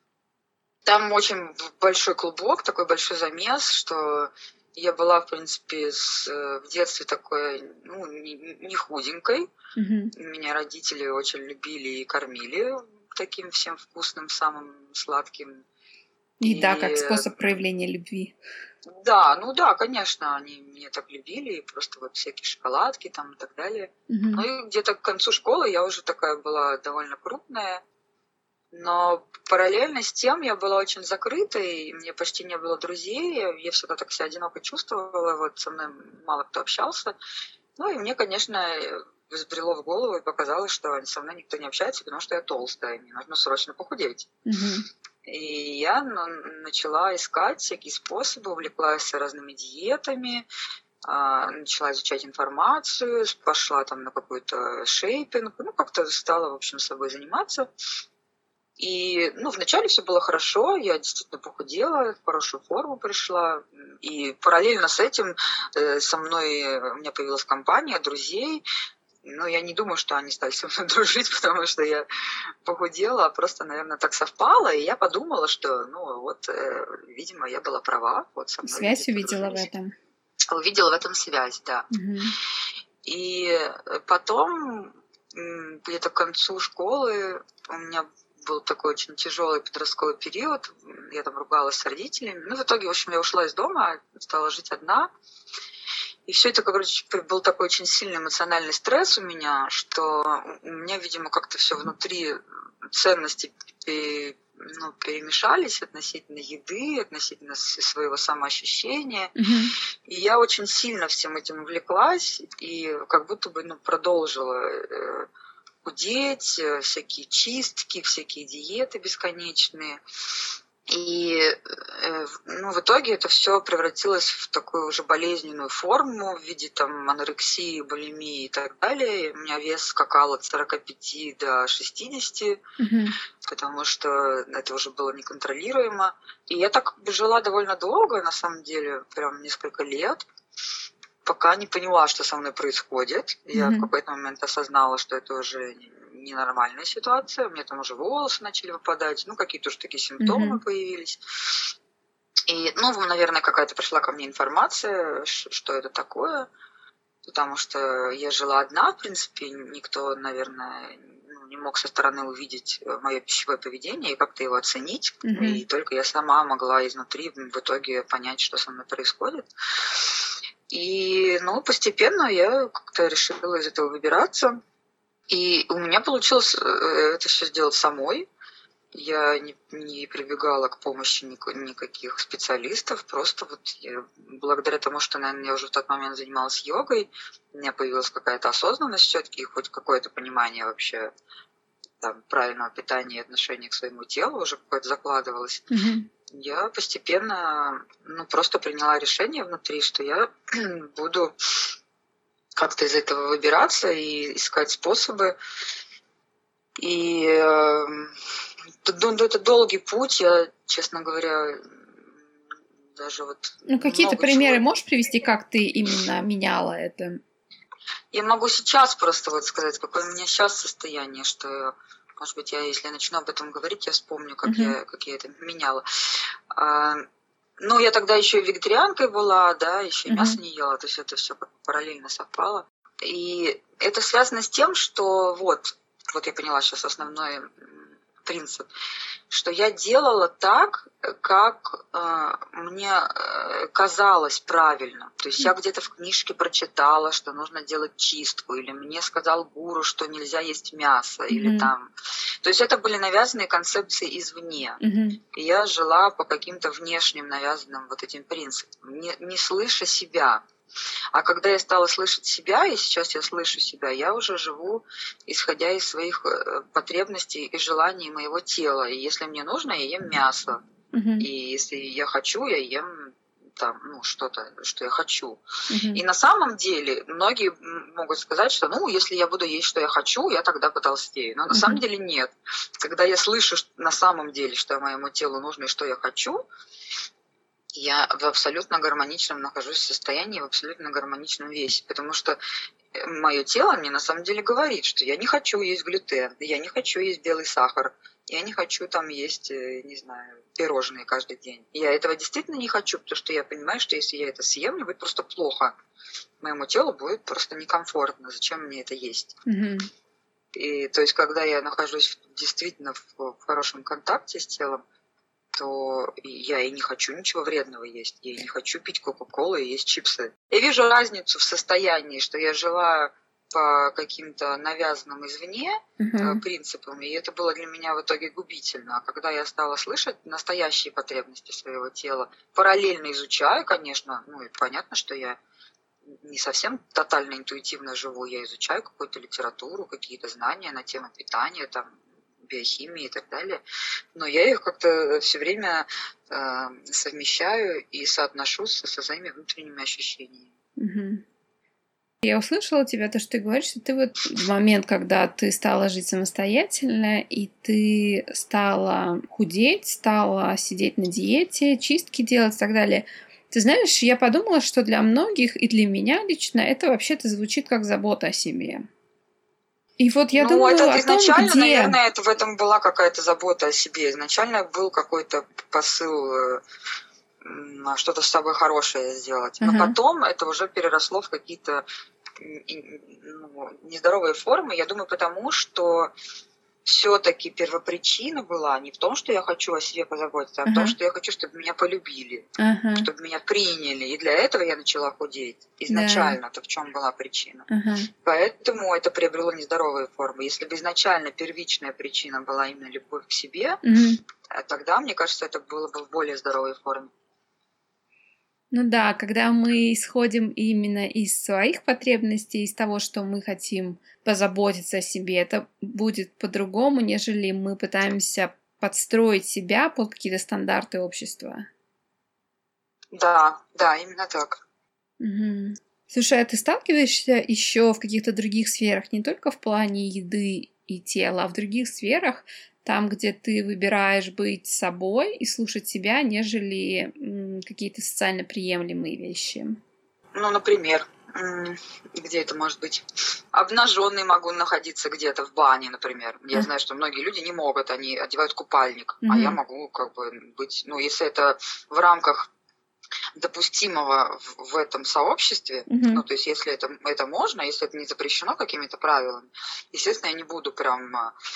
там очень большой клубок, такой большой замес, что я была, в принципе, в детстве такой, ну, не худенькой. Меня родители очень любили и кормили таким всем вкусным, самым сладким. Еда как способ проявления любви. Да, ну да, конечно, они меня так любили, и просто вот всякие шоколадки там и так далее. Ну и где-то к концу школы я уже такая была довольно крупная, но параллельно с тем я была очень закрытой, и мне почти не было друзей, я всегда так себя одиноко чувствовала, вот со мной мало кто общался. Ну и мне, конечно, взбрело в голову и показалось, что со мной никто не общается, потому что я толстая, мне нужно срочно похудеть. И я начала искать всякие способы, увлеклась разными диетами, начала изучать информацию, пошла там на какой-то шейпинг, ну как-то стала, в общем, собой заниматься. И, ну, вначале все было хорошо, я действительно похудела, в хорошую форму пришла. И параллельно с этим со мной у меня появилась компания друзей. Но я не думаю, что они стали со мной дружить, потому что я похудела, просто, наверное, так совпало. И я подумала, что, ну, вот, видимо, я была права. Вот со мной связь увидела в этом. Увидела в этом связь, да. И потом, где-то к концу школы, у меня был такой очень тяжелый подростковый период. Я там ругалась с родителями. Ну, в итоге, в общем, я ушла из дома, стала жить одна. И все это, короче, был такой очень сильный эмоциональный стресс у меня, что у меня, видимо, как-то все внутри ценности перемешались относительно еды, относительно своего самоощущения. И я очень сильно всем этим увлеклась и как будто бы продолжила худеть, всякие чистки, всякие диеты бесконечные. И в итоге это все превратилось в такую уже болезненную форму в виде там анорексии, булимии и так далее. И у меня вес скакал от 45 до 60, потому что это уже было неконтролируемо. И я так жила довольно долго, на самом деле, прям несколько лет, пока не поняла, что со мной происходит. Я в какой-то момент осознала, что это уже ненормальная ситуация. У меня там уже волосы начали выпадать, какие-то уже такие симптомы появились. И, наверное, какая-то пришла ко мне информация, что это такое, потому что я жила одна, в принципе, никто, наверное, не мог со стороны увидеть мое пищевое поведение и как-то его оценить. И только я сама могла изнутри в итоге понять, что со мной происходит. И, постепенно я как-то решила из этого выбираться. И у меня получилось это все сделать самой. Я не прибегала к помощи никаких специалистов. Просто благодаря тому, что, наверное, я уже в тот момент занималась йогой, у меня появилась какая-то осознанность все-таки, хоть какое-то понимание вообще там, правильного питания и отношения к своему телу уже какое-то закладывалось, я постепенно просто приняла решение внутри, что я буду как-то из этого выбираться и искать способы. И это долгий путь, я, честно говоря, даже вот... какие-то примеры можешь привести, как ты именно меняла это? Я могу сейчас просто вот сказать, какое у меня сейчас состояние, что, может быть, если я начну об этом говорить, я вспомню, как я это меняла. Я тогда еще и вегетарианкой была, да, еще и мясо не ела, то есть это все параллельно совпало. И это связано с тем, что вот я поняла сейчас основной принцип, что я делала так, как мне казалось правильно. То есть я где-то в книжке прочитала, что нужно делать чистку, или мне сказал гуру, что нельзя есть мясо, или там... То есть это были навязанные концепции извне. И я жила по каким-то внешним навязанным вот этим принципам, не слыша себя. А когда я стала слышать себя, и сейчас я слышу себя, я уже живу, исходя из своих потребностей и желаний моего тела. И если мне нужно, я ем мясо. И если я хочу, я ем там, что-то, что я хочу. И на самом деле многие могут сказать, что если я буду есть, что я хочу, я тогда потолстею. Но на самом деле нет. Когда я слышу на самом деле, что моему телу нужно и что я хочу, я в абсолютно гармоничном нахожусь состоянии, в абсолютно гармоничном весе, потому что мое тело мне на самом деле говорит, что я не хочу есть глютен, я не хочу есть белый сахар, я не хочу там есть, не знаю, пирожные каждый день. Я этого действительно не хочу, потому что я понимаю, что если я это съем, мне будет просто плохо. Моему телу будет просто некомфортно. Зачем мне это есть? И то есть, когда я нахожусь действительно в хорошем контакте с телом, то я и не хочу ничего вредного есть. Я не хочу пить кока-колу и есть чипсы. Я вижу разницу в состоянии, что я жила по каким-то навязанным извне принципам, и это было для меня в итоге губительно. А когда я стала слышать настоящие потребности своего тела, параллельно изучаю, конечно, и понятно, что я не совсем тотально интуитивно живу, я изучаю какую-то литературу, какие-то знания на тему питания, там, биохимии и так далее, но я их как-то все время совмещаю и соотношу со своими внутренними ощущениями. Я услышала тебя, то, что ты говоришь, что ты вот в момент, когда ты стала жить самостоятельно, и ты стала худеть, стала сидеть на диете, чистки делать и так далее, ты знаешь, я подумала, что для многих и для меня лично это вообще-то звучит как забота о себе. И вот я думаю это о изначально, том, где... наверное, в этом была какая-то забота о себе. Изначально был какой-то посыл что-то с собой хорошее сделать. Но потом это уже переросло в какие-то нездоровые формы. Я думаю, потому что все-таки первопричина была не в том, что я хочу о себе позаботиться, а в том, что я хочу, чтобы меня полюбили, чтобы меня приняли. И для этого я начала худеть. Изначально-то в чем была причина. Поэтому это приобрело нездоровые формы. Если бы изначально первичная причина была именно любовь к себе, тогда, мне кажется, это было бы в более здоровой форме. Ну да, когда мы исходим именно из своих потребностей, из того, что мы хотим позаботиться о себе, это будет по-другому, нежели мы пытаемся подстроить себя под какие-то стандарты общества. Да, именно так. Слушай, а ты сталкиваешься еще в каких-то других сферах, не только в плане еды и тела, а в других сферах, там, где ты выбираешь быть собой и слушать себя, нежели какие-то социально приемлемые вещи? Например, где это может быть? Обнаженный могу находиться где-то в бане, например. Я знаю, что многие люди не могут, они одевают купальник, а я могу быть, если это в рамках допустимого в этом сообществе, то есть если это можно, если это не запрещено какими-то правилами, естественно, я не буду прям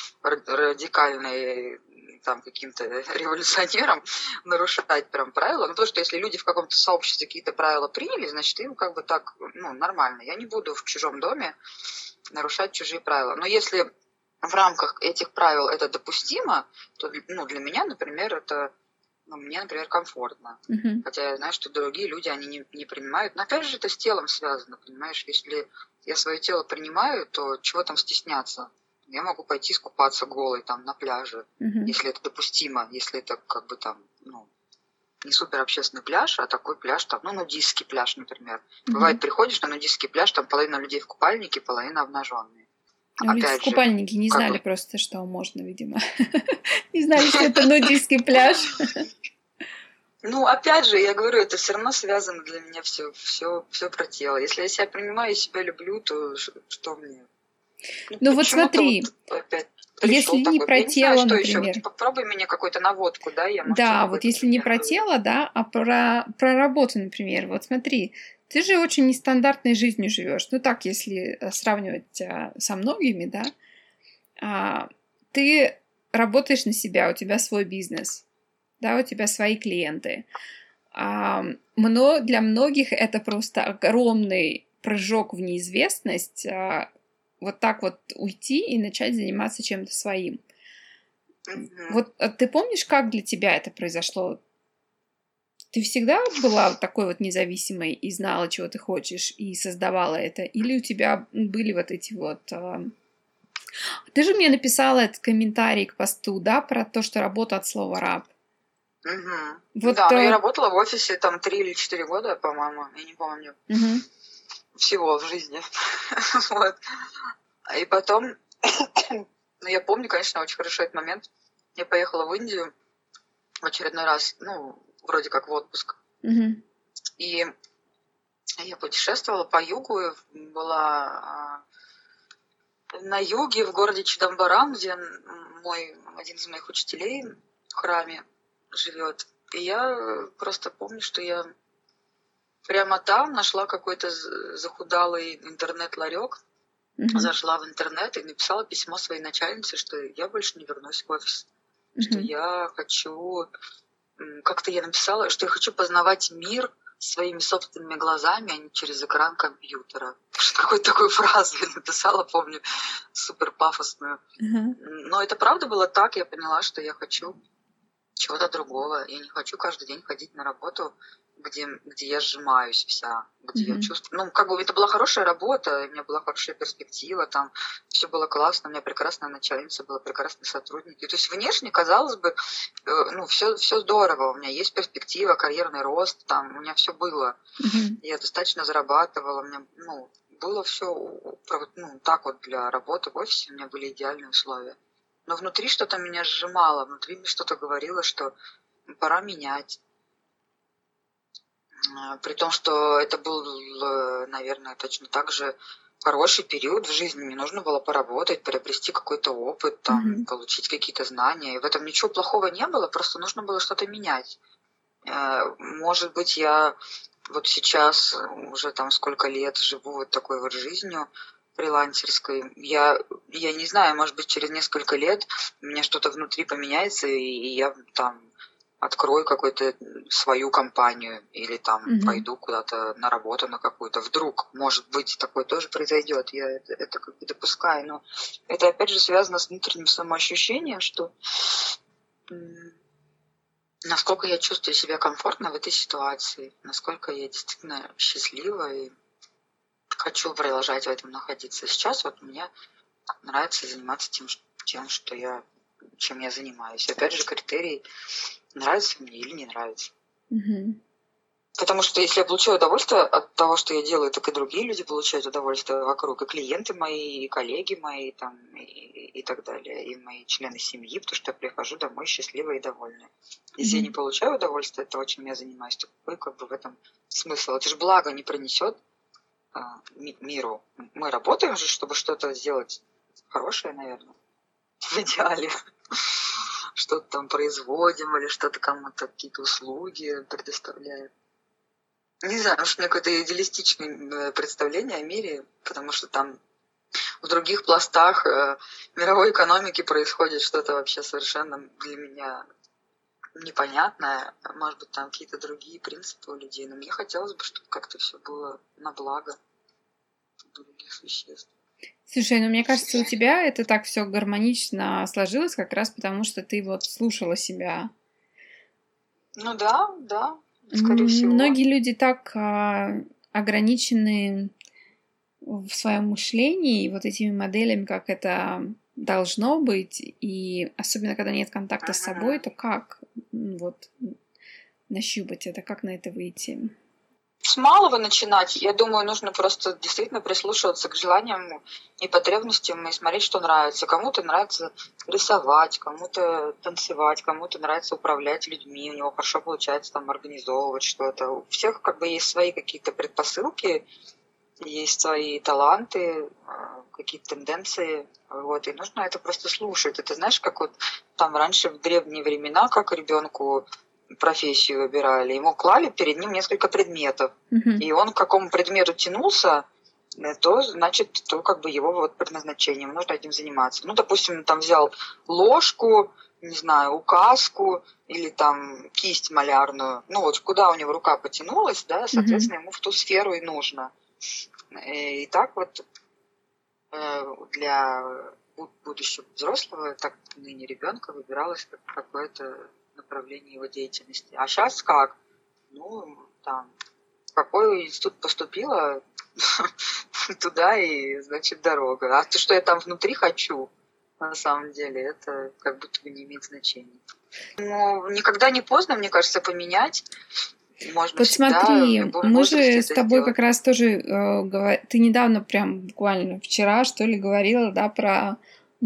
радикальной там каким-то революционером нарушать прям правила, потому что если люди в каком-то сообществе какие-то правила приняли, значит, им так, нормально. Я не буду в чужом доме нарушать чужие правила. Но если в рамках этих правил это допустимо, то, для меня, например, это мне, например, комфортно. Хотя я знаю, что другие люди, они не принимают. Но опять же, это с телом связано, понимаешь? Если я свое тело принимаю, то чего там стесняться? Я могу пойти искупаться голой там на пляже, если это допустимо, если это как бы там, ну, не супер общественный пляж, а такой пляж там, ну, нудистский пляж, например. Бывает, приходишь на нудистский пляж, там половина людей в купальнике, половина обнаженные. Ну, люди в купальнике не знали просто, что можно, видимо. Не знали, что это нудистский пляж. Ну, опять же, я говорю, это все равно связано для меня все про тело. Если я себя принимаю и себя люблю, то что мне? Ну вот смотри, если не про тело, например. Попробуй мне какую-то наводку, да? Да, вот если не про тело, да, а про работу, например. Вот смотри, ты же очень нестандартной жизнью живешь. Ну так, если сравнивать со многими, да, ты работаешь на себя, у тебя свой бизнес, да, у тебя свои клиенты. Для многих это просто огромный прыжок в неизвестность, вот так вот уйти и начать заниматься чем-то своим. Вот ты помнишь, как для тебя это произошло? Ты всегда была такой вот независимой и знала, чего ты хочешь, и создавала это? Или у тебя были вот эти вот... Ты же мне написала этот комментарий к посту, да, про то, что работа от слова «раб». Вот, да, но я работала в офисе там 3 или 4 года, по-моему, я не помню. Всего в жизни. Вот. И потом, ну, я помню, конечно, очень хорошо этот момент. Я поехала в Индию в очередной раз, ну, вроде как в отпуск. И я путешествовала по югу, была на юге, в городе Чидамбарам, где один из моих учителей в храме живет. И я просто помню, что я прямо там нашла какой-то захудалый интернет-ларек, зашла в интернет и написала письмо своей начальнице, что я больше не вернусь в офис, что я хочу, как-то я написала, что я хочу познавать мир своими собственными глазами, а не через экран компьютера. Какую-то такую фразу я написала, помню, супер пафосную. Но это правда было так, я поняла, что я хочу чего-то другого. Я не хочу каждый день ходить на работу, где я сжимаюсь вся, где я чувствую... Ну, как бы это была хорошая работа, у меня была хорошая перспектива, там все было классно, у меня прекрасная начальница была, прекрасные сотрудники. То есть внешне, казалось бы, ну, все здорово, у меня есть перспектива, карьерный рост, там у меня все было. Я достаточно зарабатывала, у меня, ну, было все, ну, так вот для работы в офисе, у меня были идеальные условия. Но внутри что-то меня сжимало, внутри мне что-то говорило, что пора менять. При том, что это был, наверное, точно так же хороший период в жизни. Мне нужно было поработать, приобрести какой-то опыт, там, получить какие-то знания. И в этом ничего плохого не было, просто нужно было что-то менять. Может быть, я вот сейчас уже там сколько лет живу вот такой вот жизнью фрилансерской. Я не знаю, может быть, через несколько лет у меня что-то внутри поменяется, и я там открою какую-то свою компанию или там пойду куда-то на работу на какую-то. Вдруг, может быть, такое тоже произойдет. Я это как бы допускаю. Но это опять же связано с внутренним самоощущением, что насколько я чувствую себя комфортно в этой ситуации, насколько я действительно счастлива и хочу продолжать в этом находиться. Сейчас вот мне нравится заниматься тем, чем я занимаюсь. Опять же, критерий, нравится мне или не нравится. Потому что если я получаю удовольствие от того, что я делаю, так и другие люди получают удовольствие вокруг, и клиенты мои, и коллеги мои, там, и так далее, и мои члены семьи, потому что я прихожу домой счастливая и довольная. Если я не получаю удовольствия от того, чем я занимаюсь, то какой как бы в этом смысл? Это же благо не принесет миру. Мы работаем же, чтобы что-то сделать хорошее, наверное, в идеале. Что-то там производим или что-то кому-то, какие-то услуги предоставляем. Не знаю, может, у меня какое-то идеалистичное представление о мире, потому что там в других пластах мировой экономики происходит что-то вообще совершенно для меня непонятное. Может быть, там какие-то другие принципы у людей. Но мне хотелось бы, чтобы как-то все было на благо других существ. Слушай, ну мне кажется, у тебя это так все гармонично сложилось как раз потому, что ты вот слушала себя. Ну да, скорее всего. Многие люди так ограничены в своем мышлении вот этими моделями, как это должно быть, и особенно когда нет контакта с собой, то как вот нащупать это, как на это выйти? С малого начинать. Я думаю, нужно просто действительно прислушиваться к желаниям и потребностям и смотреть, что нравится. Кому-то нравится рисовать, кому-то танцевать, кому-то нравится управлять людьми, у него хорошо получается там организовывать что-то. У всех как бы есть свои какие-то предпосылки, есть свои таланты, какие-то тенденции, вот, и нужно это просто слушать. Это знаешь, как вот там раньше в древние времена, как ребенку профессию выбирали, ему клали перед ним несколько предметов, и он к какому предмету тянулся, то значит, то как бы его вот предназначением, нужно этим заниматься. Ну, допустим, он там взял ложку, не знаю, указку или там кисть малярную, ну вот куда у него рука потянулась, да, соответственно, ему в ту сферу и нужно. И так вот для будущего взрослого, так ныне ребенка выбиралось какое-то направление его деятельности. А сейчас как? Ну, там, в какой институт поступила, туда и, значит, дорога. А то, что я там внутри хочу, на самом деле, это как будто бы не имеет значения. Но никогда не поздно, мне кажется, поменять. Можно вот смотри, мы же с тобой сделать. как раз тоже, ты недавно, прям буквально вчера, что ли, говорила, да, про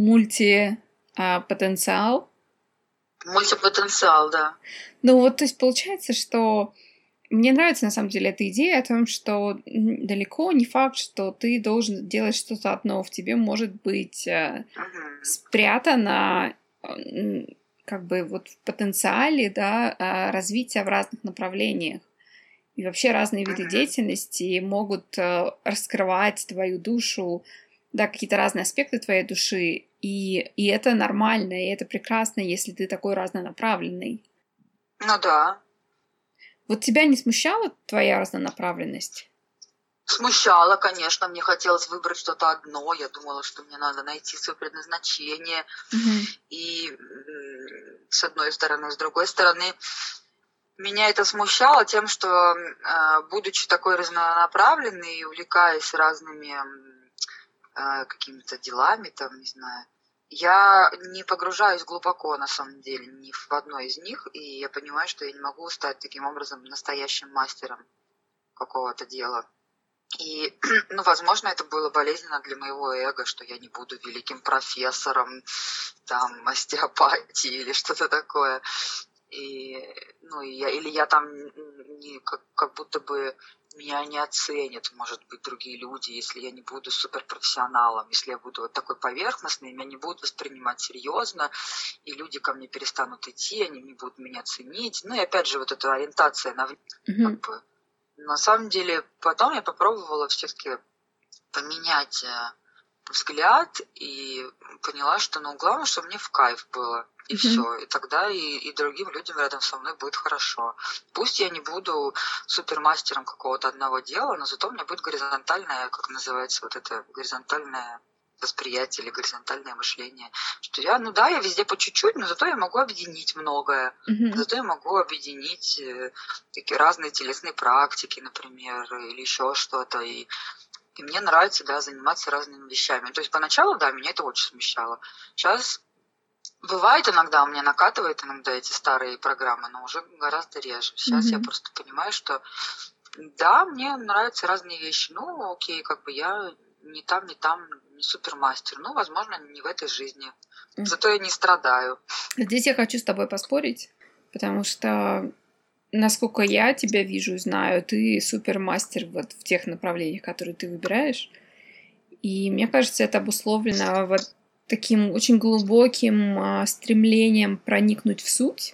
мультипотенциал. Мультипотенциал, да. Ну вот, то есть получается, что мне нравится на самом деле эта идея о том, что далеко не факт, что ты должен делать что-то одно. В тебе может быть спрятано как бы вот в потенциале, да, развития в разных направлениях. И вообще разные виды деятельности могут раскрывать твою душу, да, какие-то разные аспекты твоей души. И это нормально, и это прекрасно, если ты такой разнонаправленный. Ну да. Вот тебя не смущала твоя разнонаправленность? Смущало, конечно. Мне хотелось выбрать что-то одно. Я думала, что мне надо найти свое предназначение. И с одной стороны, с другой стороны, меня это смущало тем, что, будучи такой разнонаправленной и увлекаясь разными какими-то делами, там, не знаю, я не погружаюсь глубоко, на самом деле, ни в одно из них, и я понимаю, что я не могу стать таким образом настоящим мастером какого-то дела. И, ну, возможно, это было болезненно для моего эго, что я не буду великим профессором, там, остеопатии или что-то такое. И, ну, или я там не, как будто бы меня не оценят, может быть, другие люди, если я не буду суперпрофессионалом, если я буду вот такой поверхностный, меня не будут воспринимать серьезно, и люди ко мне перестанут идти, они не будут меня ценить. Ну и опять же, вот эта ориентация на как бы. На самом деле, потом я попробовала все-таки поменять взгляд и поняла, что, ну, главное, чтобы мне в кайф было. И все. И тогда и другим людям рядом со мной будет хорошо. Пусть я не буду супермастером какого-то одного дела, но зато у меня будет горизонтальное, как называется, вот это горизонтальное восприятие или горизонтальное мышление. Что я, ну да, я везде по чуть-чуть, но зато я могу объединить многое. Зато я могу объединить такие разные телесные практики, например, или еще что-то. И мне нравится, да, заниматься разными вещами. То есть поначалу, да, меня это очень смущало. Сейчас бывает иногда, у меня накатывает иногда эти старые программы, но уже гораздо реже. Сейчас я просто понимаю, что да, мне нравятся разные вещи. Ну, окей, как бы я не там, не супермастер. Ну, возможно, не в этой жизни. Зато я не страдаю. Здесь я хочу с тобой поспорить, потому что, насколько я тебя вижу и знаю, ты супермастер вот в тех направлениях, которые ты выбираешь. И мне кажется, это обусловлено вот таким очень глубоким стремлением проникнуть в суть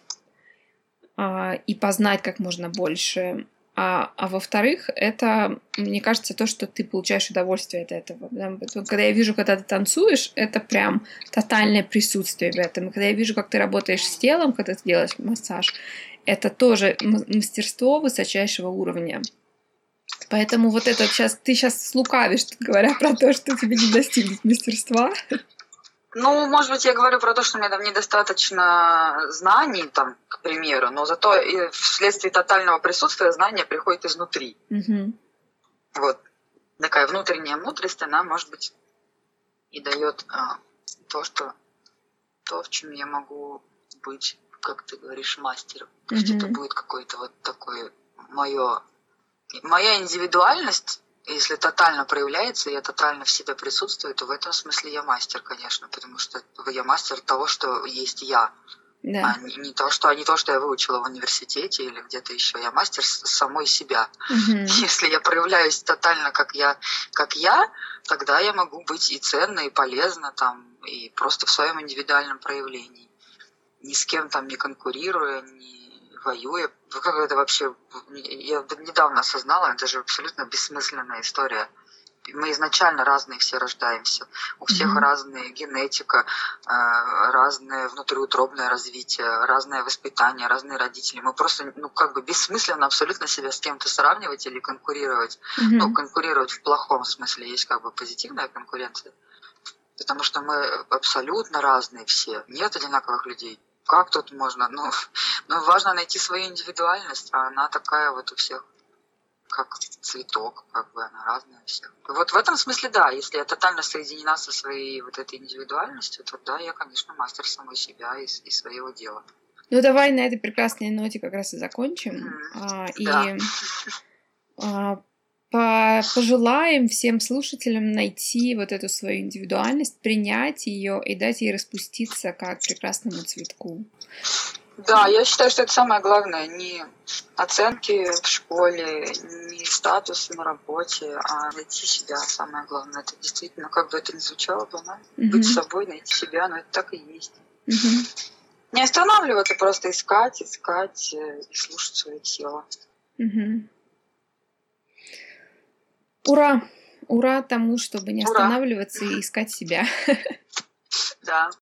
и познать как можно больше. А во-вторых, это, мне кажется, то, что ты получаешь удовольствие от этого. Когда я вижу, когда ты танцуешь, это прям тотальное присутствие в этом. И когда я вижу, как ты работаешь с телом, когда ты делаешь массаж, это тоже мастерство высочайшего уровня. Поэтому вот это ты сейчас слукавишь, говоря про то, что тебе не достигнуть мастерства. Ну, может быть, я говорю про то, что у меня там недостаточно знаний, там, к примеру, но зато и вследствие тотального присутствия знания приходит изнутри. Вот. Такая внутренняя мудрость, она, может быть, и дает то, в чем я могу быть, как ты говоришь, мастером. То есть это будет какой-то вот такой моя индивидуальность, если тотально проявляется, и я тотально в себе присутствую, то в этом смысле я мастер, конечно, потому что я мастер того, что есть я. Да. А не то, что я выучила в университете или где-то еще. Я мастер самой себя. Если я проявляюсь тотально как я, тогда я могу быть и ценна, и полезна там, и просто в своем индивидуальном проявлении. Ни с кем там не конкурируя, не воюя. Как это вообще... Я недавно осознала, это же абсолютно бессмысленная история. Мы изначально разные все рождаемся. У всех разная генетика, разное внутриутробное развитие, разное воспитание, разные родители. Мы просто, бессмысленно абсолютно себя с кем-то сравнивать или конкурировать. Конкурировать в плохом смысле. Есть позитивная конкуренция. Потому что мы абсолютно разные все. Нет одинаковых людей. Как тут можно? Важно найти свою индивидуальность, а она такая вот у всех, как цветок, она разная у всех. Вот в этом смысле, да, если я тотально соединена со своей вот этой индивидуальностью, то да, я, конечно, мастер самой себя и своего дела. Ну, давай на этой прекрасной ноте как раз и закончим. Пожелаем всем слушателям найти вот эту свою индивидуальность, принять ее и дать ей распуститься как прекрасному цветку. Да, я считаю, что это самое главное. Не оценки в школе, не статусы на работе, а найти себя самое главное. Это действительно, как бы это ни звучало банально, быть собой, найти себя, но это так и есть. Не останавливаться, просто искать и слушать свое тело. Ура! Ура тому, чтобы не останавливаться и искать себя. Да.